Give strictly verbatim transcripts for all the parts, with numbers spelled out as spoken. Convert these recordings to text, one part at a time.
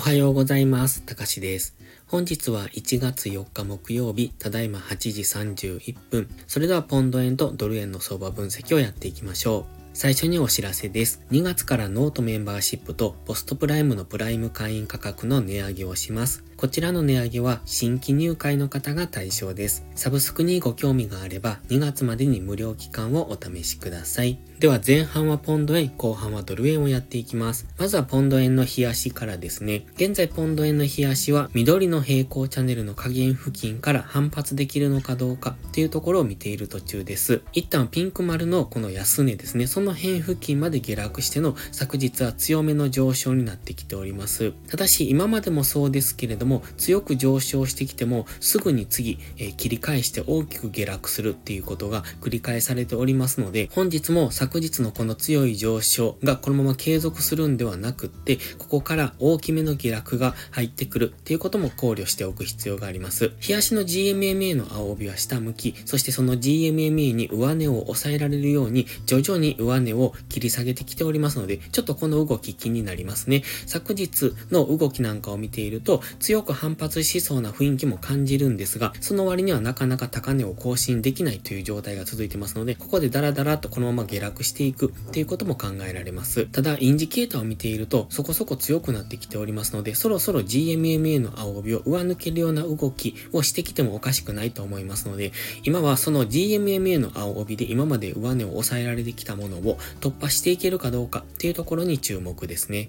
はようございます。たかしです。本日はいちがつよっか木曜日、ただいまはちじさんじゅういっぷん。それではポンド円とドル円の相場分析をやっていきましょう。最初にお知らせです。にがつからノートメンバーシップとポストプライムのプライム会員価格の値上げをします。こちらの値上げは新規入会の方が対象です。サブスクにご興味があればにがつまでに無料期間をお試しください。では前半はポンド円、後半はドル円をやっていきます。まずはポンド円の日足からですね。現在ポンド円の日足は緑の平行チャンネルの下限付近から反発できるのかどうかというところを見ている途中です。一旦ピンク丸のこの安値ですね。その辺付近まで下落しての昨日は強めの上昇になってきております。ただし今までもそうですけれども、強く上昇してきてもすぐに次、えー、切り返して大きく下落するっていうことが繰り返されておりますので、本日も昨日のこの強い上昇がこのまま継続するんではなくって、ここから大きめの下落が入ってくるっていうことも考慮しておく必要があります。日足の ジーエムエムエー の青帯は下向き、そしてその ジーエムエムエー に上値を抑えられるように徐々に上値を切り下げてきておりますので、ちょっとこの動き気になりますね。昨日の動きなんかを見ていると強く反発しそうな雰囲気も感じるんですが、その割にはなかなか高値を更新できないという状態が続いてますので、ここでダラダラとこのまま下落していくっていうことも考えられます。ただインジケーターを見ているとそこそこ強くなってきておりますので、そろそろ ジーエムエムエー の青帯を上抜けるような動きをしてきてもおかしくないと思いますので、今はその ジーエムエムエー の青帯で今まで上値を抑えられてきたものを突破していけるかどうかっていうところに注目ですね。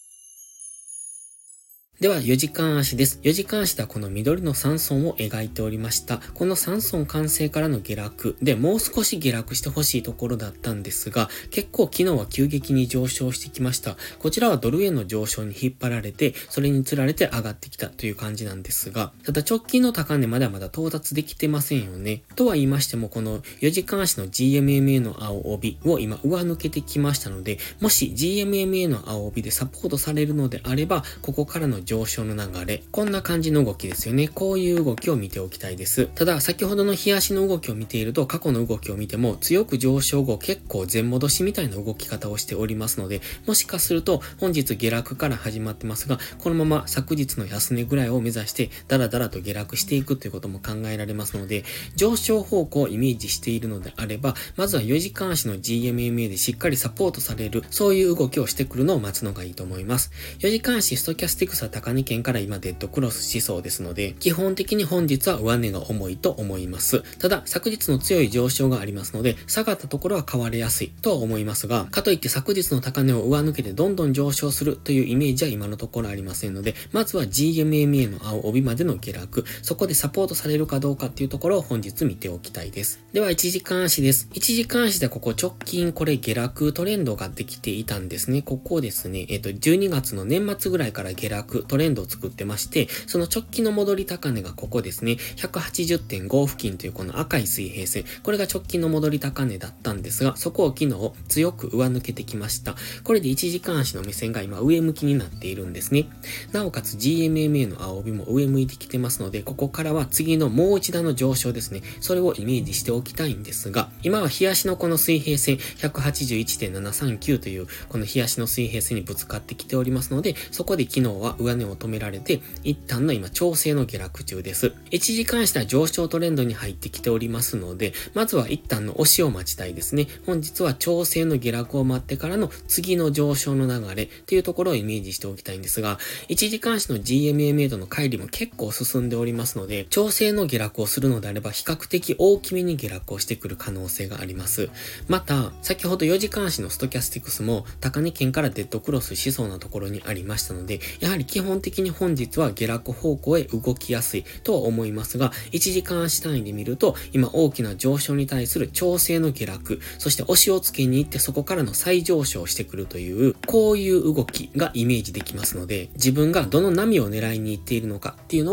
ではよじかん足です。よじかん足ではこの緑のさん損を描いておりました。このさん損完成からの下落でもう少し下落してほしいところだったんですが、結構昨日は急激に上昇してきました。こちらはドル円の上昇に引っ張られて、それにつられて上がってきたという感じなんですが、ただ直近の高値まではまだ到達できてませんよね。とは言いましても、このよじかん足の ジーエムエムエー の青帯を今上抜けてきましたので、もし ジーエムエムエー の青帯でサポートされるのであれば、ここからの上昇の流れ、こんな感じの動きですよね。こういう動きを見ておきたいです。ただ先ほどの日足の動きを見ていると、過去の動きを見ても強く上昇後結構全戻しみたいな動き方をしておりますので、もしかすると本日下落から始まってますが、このまま昨日の安値ぐらいを目指してダラダラと下落していくということも考えられますので、上昇方向をイメージしているのであれば、まずはよじかん足の ジーエムエムエー でしっかりサポートされる、そういう動きをしてくるのを待つのがいいと思います。よじかん足ストキャスティクスは高値圏から今デッドクロスしそうですので、基本的に本日は上値が重いと思います。ただ昨日の強い上昇がありますので、下がったところは買われやすいとは思いますが、かといって昨日の高値を上抜けてどんどん上昇するというイメージは今のところありませんので、まずは ジーエムエムエー の青帯までの下落、そこでサポートされるかどうかっていうところを本日見ておきたいです。ではいちじかん足です。いちじかん足でここ直近これ下落トレンドができていたんですね。ここですね、えっとじゅうにがつの年末ぐらいから下落トレンドを作ってまして、その直近の戻り高値がここですね、ひゃくはちじゅってんご 付近というこの赤い水平線、これが直近の戻り高値だったんですが、そこを昨日強く上抜けてきました。これでいちじかん足の目線が今上向きになっているんですね。なおかつ ジーエムエムエー の青帯も上向いてきてますので、ここからは次のもう一段の上昇ですね、それをイメージしておきたいんですが、今は日足のこの水平線 ひゃくはちじゅういちてんななさんきゅう というこの日足の水平線にぶつかってきておりますので、そこで昨日は上値を止められて一旦の今調整の下落中です。いちじかん足では上昇トレンドに入ってきておりますので、まずは一旦の押しを待ちたいですね。本日は調整の下落を待ってからの次の上昇の流れっていうところをイメージしておきたいんですが、いちじかん足の ジーエムエムエー との乖離も結構進んでおりますので、調整の下落をするのであれば比較的大きめに下落をしてくる可能性があります。また、先ほどよじかん足のストキャスティクスも高値圏からデッドクロスしそうなところにありましたので、やはり基本的に本日は下落方向へ動きやすいとは思いますが、いちじかん足単位で見ると今大きな上昇に対する調整の下落、そして押しをつけに行ってそこからの再上昇してくるという、こういう動きがイメージできますので、自分がどの波を狙いに行っているのかっていうのを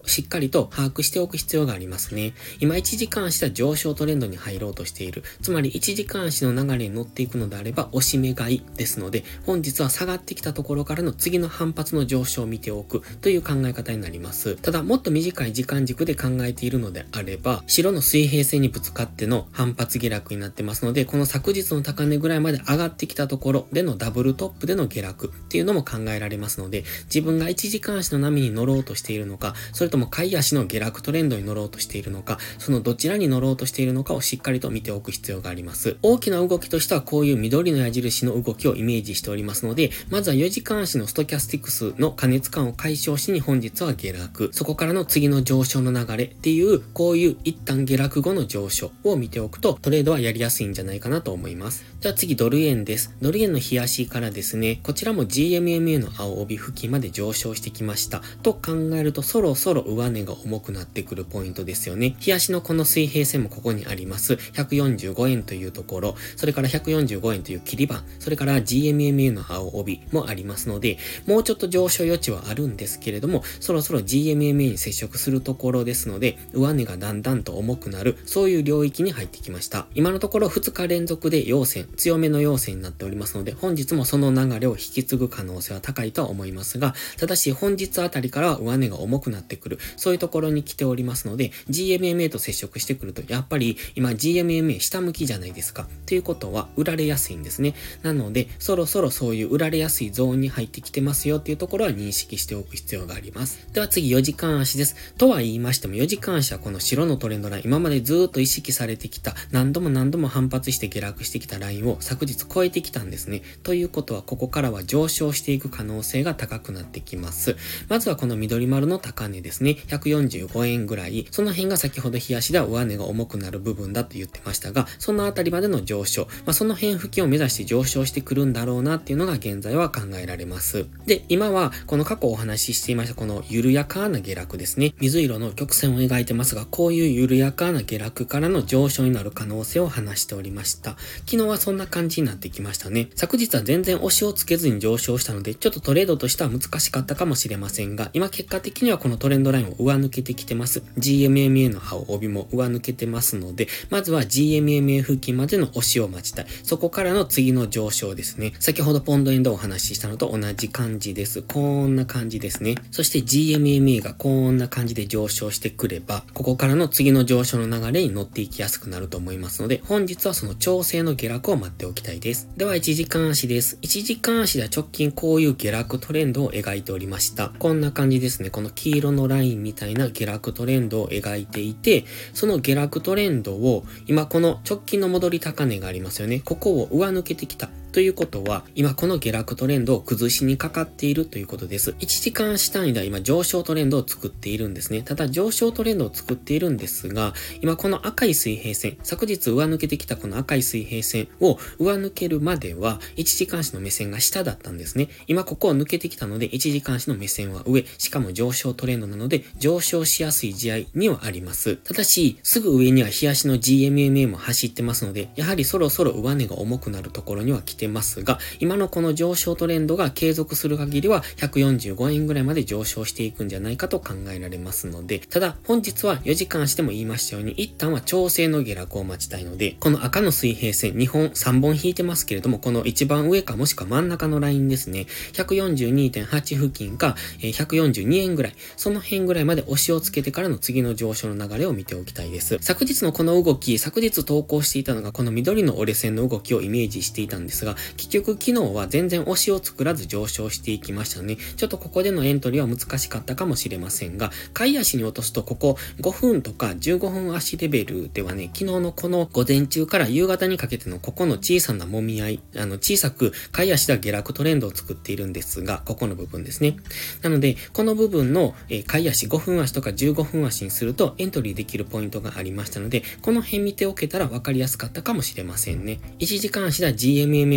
しっかりと把握しておく必要がありますね。今いちじかん足で上昇トレンドに入ろうとしている。つまりいちじかん足の流れに乗っていくのであれば、押し目買いですので、本日は下がってきたところからの次の反発の上昇を見ておくという考え方になります。ただ、もっと短い時間軸で考えているのであれば、白の水平線にぶつかっての反発下落になってますので、この昨日の高値ぐらいまで上がってきたところでのダブルトップでの下落っていうのも考えられますので、自分がいちじかん足の波に乗ろうとしているのか、それとも買い足の下落トレンドに乗ろうとしているのか、そのどちらに乗ろうとしているのかをしっかりと見ておく必要があります。大きな動きとしてはこういう緑の矢印の動きをイメージしておりますので、まずはよじかん足のストキャスティクスの過熱感を解消しに本日は下落、そこからの次の上昇の流れっていう、こういう一旦下落後の上昇を見ておくとトレードはやりやすいんじゃないかなと思います。では次ドル円です。ドル円の日足からですね、こちらも ジーエムエムエー の青帯付近まで上昇してきましたと考えると、そろそろ上値が重くなってくるポイントですよね。日足のこの水平線もここにありますひゃくよんじゅうごえんというところ、それからひゃくよんじゅうごえんという切り板、それから ジーエムエムエー の青帯もありますので、もうちょっと上昇余地はあるんですけれども、そろそろ ジーエムエムエー に接触するところですので、上値がだんだんと重くなる、そういう領域に入ってきました。今のところふつか連続で陽線、強めの陽線になっておりますので、本日もその流れを引き継ぐ可能性は高いとは思いますが、ただし本日あたりからは上値が重くなってくる、そういうところに来ておりますので、ジーエムエムエー と接触してくると、やっぱり今 ジーエムエムエー 下向きじゃないですか。ということは売られやすいんですね。なので、そろそろそういう売られやすいゾーンに入ってきてますよっていうところは認識しておく必要があります。では次よじかん足です。とは言いましてもよじかん足はこの白のトレンドライン、今までずーっと意識されてきた、何度も何度も反発して下落してきたラインを昨日超えてきたんですね。ということはここからは上昇していく可能性が高くなってきます。まずはこの緑丸の高値ですね。ひゃくよんじゅうごえんぐらい、その辺が先ほど日足では上値が重くなる部分だと言ってましたが、そのあたりまでの上昇、まあ、その辺付近を目指して上昇してくるんだろうなっていうのが現在は考えられます。で、今はこの過去お話ししていましたこの緩やかな下落ですね。水色の曲線を描いてますが、こういう緩やかな下落からの上昇になる可能性を話しておりました。昨日はそんな感じになってきましたね。昨日は全然押しをつけずに上昇したので、ちょっとトレードとしては難しかったかもしれませんが、今結果的にはこのトレンドラインを上抜けてきてます。ジーエムエムエー の青帯も上抜けてますので、まずは ジーエムエムエー 付近までの押しを待ちたい。そこからの次の上昇ですね。先ほどポンド円でお話ししたのと同じ感じです。こんな感じですね。そして ジーエムエムエー がこんな感じで上昇してくれば、ここからの次の上昇の流れに乗っていきやすくなると思いますので、本日はその調整の下落を待っておきたいです。ではいちじかん足です。いちじかん足では直近こういう下落トレンドを描いておりました。こんな感じですね。この黄色のラインみたいな下落トレンドを描いていて、その下落トレンドを今この直近の戻り高値がありますよね。ここを上抜けてきた。ということは、今この下落トレンドを崩しにかかっているということです。いちじかん足単位では今上昇トレンドを作っているんですね。ただ上昇トレンドを作っているんですが、今この赤い水平線、昨日上抜けてきたこの赤い水平線を上抜けるまでは、いちじかん足の目線が下だったんですね。今ここを抜けてきたので、いちじかん足の目線は上、しかも上昇トレンドなので、上昇しやすい試合にはあります。ただし、すぐ上には日足の ジーエムエムエー も走ってますので、やはりそろそろ上値が重くなるところには来てますが、今のこの上昇トレンドが継続する限りはひゃくよんじゅうごえんぐらいまで上昇していくんじゃないかと考えられますので、ただ本日はよじかん足でも言いましたように一旦は調整の下落を待ちたいので、この赤の水平線にほんさんぼん引いてますけれども、この一番上かもしくは真ん中のラインですね、ひゃくよんじゅうにてんはち 付近かひゃくよんじゅうにえんぐらい、その辺ぐらいまで押しをつけてからの次の上昇の流れを見ておきたいです。昨日のこの動き、昨日投稿していたのがこの緑の折れ線の動きをイメージしていたんですが、結局昨日は全然押しを作らず上昇していきましたね。ちょっとここでのエントリーは難しかったかもしれませんが、買い足に落とすとここごふんとかじゅうごふん足レベルではね、昨日のこの午前中から夕方にかけてのここの小さな揉み合い、あの小さく買い足では下落トレンドを作っているんですが、ここの部分ですね。なので、この部分の、えー、買い足ごふん足とかじゅうごふん足にするとエントリーできるポイントがありましたので、この辺見ておけたら分かりやすかったかもしれませんね。いちじかん足では ジーエムエムエー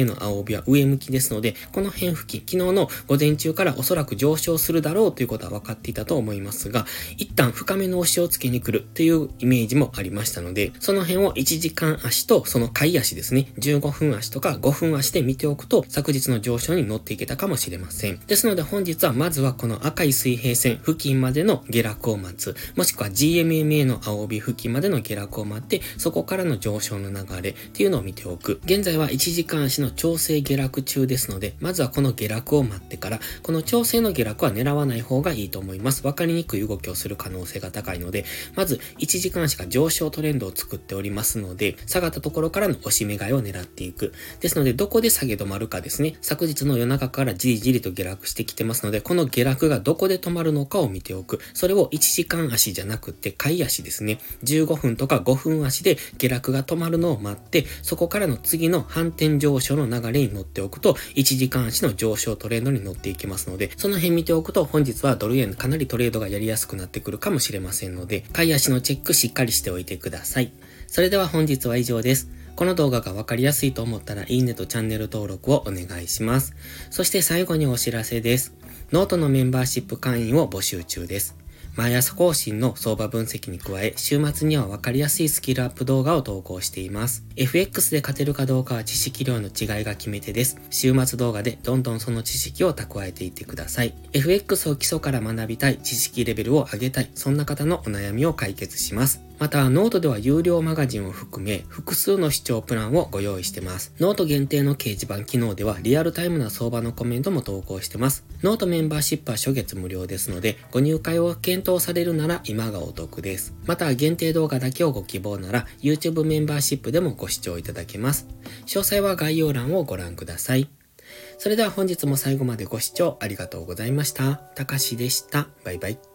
ー の青帯は上向きですので、この辺付近、昨日の午前中からおそらく上昇するだろうということは分かっていたと思いますが、一旦深めの押しをつけに来るというイメージもありましたので、その辺をいちじかん足とその買い足ですね、じゅうごふん足とかごふん足で見ておくと、昨日の上昇に乗っていけたかもしれません。ですので本日はまずはこの赤い水平線付近までの下落を待つ、もしくは ジーエムエムエー の青帯付近までの下落を待って、そこからの上昇の流れっていうのを見ておく。現在はいちじかん足の調整下落中ですので、まずはこの下落を待ってから、この調整の下落は狙わない方がいいと思います。わかりにくい動きをする可能性が高いので、まずいちじかん足が上昇トレンドを作っておりますので、下がったところからの押し目買いを狙っていく。ですので、どこで下げ止まるかですね。昨日の夜中からじりじりと下落してきてますので、この下落がどこで止まるのかを見ておく。それをいちじかん足じゃなくて、買い足ですね。じゅうごふんとかごふん足で下落が止まるのを待って、そこからの次の反転上昇の流れに乗っておくと、いちじかん足の上昇トレンドに乗っていきますので、その辺見ておくと、本日はドル円かなりトレードがやりやすくなってくるかもしれませんので、買い足のチェックしっかりしておいてください。それでは本日は以上です。この動画がわかりやすいと思ったらいいねとチャンネル登録をお願いします。そして最後にお知らせです。ノートのメンバーシップ会員を募集中です。毎朝更新の相場分析に加え、週末には分かりやすいスキルアップ動画を投稿しています。エフエックス で勝てるかどうかは知識量の違いが決め手です。週末動画でどんどんその知識を蓄えていってください。エフエックス を基礎から学びたい、知識レベルを上げたい、そんな方のお悩みを解決します。また、ノートでは有料マガジンを含め、複数の視聴プランをご用意してます。ノート限定の掲示板機能では、リアルタイムな相場のコメントも投稿してます。ノートメンバーシップは初月無料ですので、ご入会を検討されるなら今がお得です。また、限定動画だけをご希望なら、YouTube メンバーシップでもご視聴いただけます。詳細は概要欄をご覧ください。それでは本日も最後までご視聴ありがとうございました。たかしでした。バイバイ。